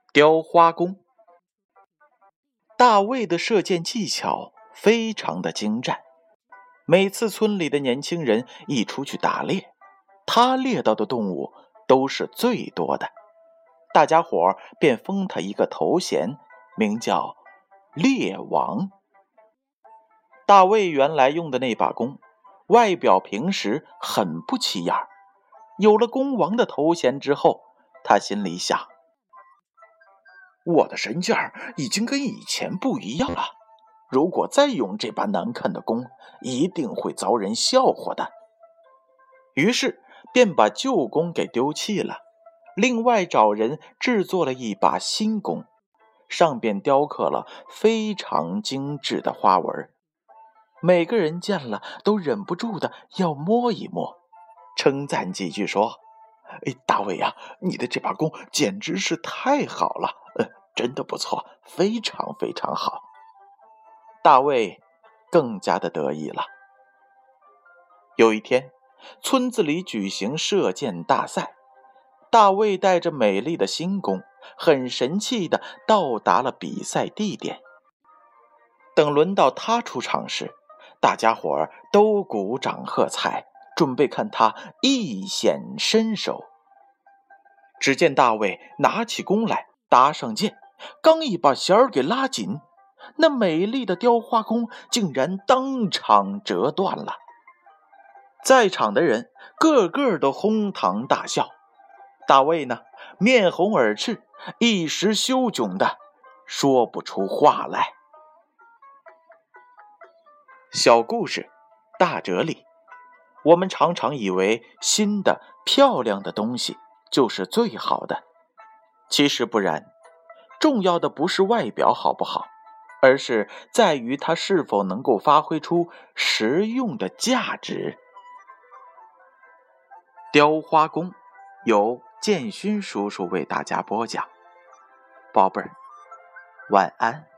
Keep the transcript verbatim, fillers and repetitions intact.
雕花弓。大卫的射箭技巧非常的精湛，每次村里的年轻人一出去打猎，他猎到的动物都是最多的，大家伙便封他一个头衔，名叫猎王。大卫原来用的那把弓，外表平时很不起眼，有了弓王的头衔之后，他心里想，我的身价已经跟以前不一样了，如果再用这把难看的弓，一定会遭人笑话的。于是便把旧弓给丢弃了，另外找人制作了一把新弓，上边雕刻了非常精致的花纹，每个人见了都忍不住的要摸一摸，称赞几句说，哎，大卫呀、啊，你的这把弓简直是太好了，呃，真的不错，非常非常好。大卫更加的得意了。有一天，村子里举行射箭大赛，大卫带着美丽的新弓，很神气的到达了比赛地点。等轮到他出场时，大家伙儿都鼓掌喝彩，准备看他一显身手。只见大卫拿起弓来，搭上箭，刚一把弦儿给拉紧，那美丽的雕花弓竟然当场折断了。在场的人个个都哄堂大笑，大卫呢，面红耳赤，一时羞窘的说不出话来。小故事，大哲理。我们常常以为新的漂亮的东西就是最好的，其实不然，重要的不是外表好不好，而是在于它是否能够发挥出实用的价值。雕花弓由建勋叔叔为大家播讲，宝贝儿，晚安。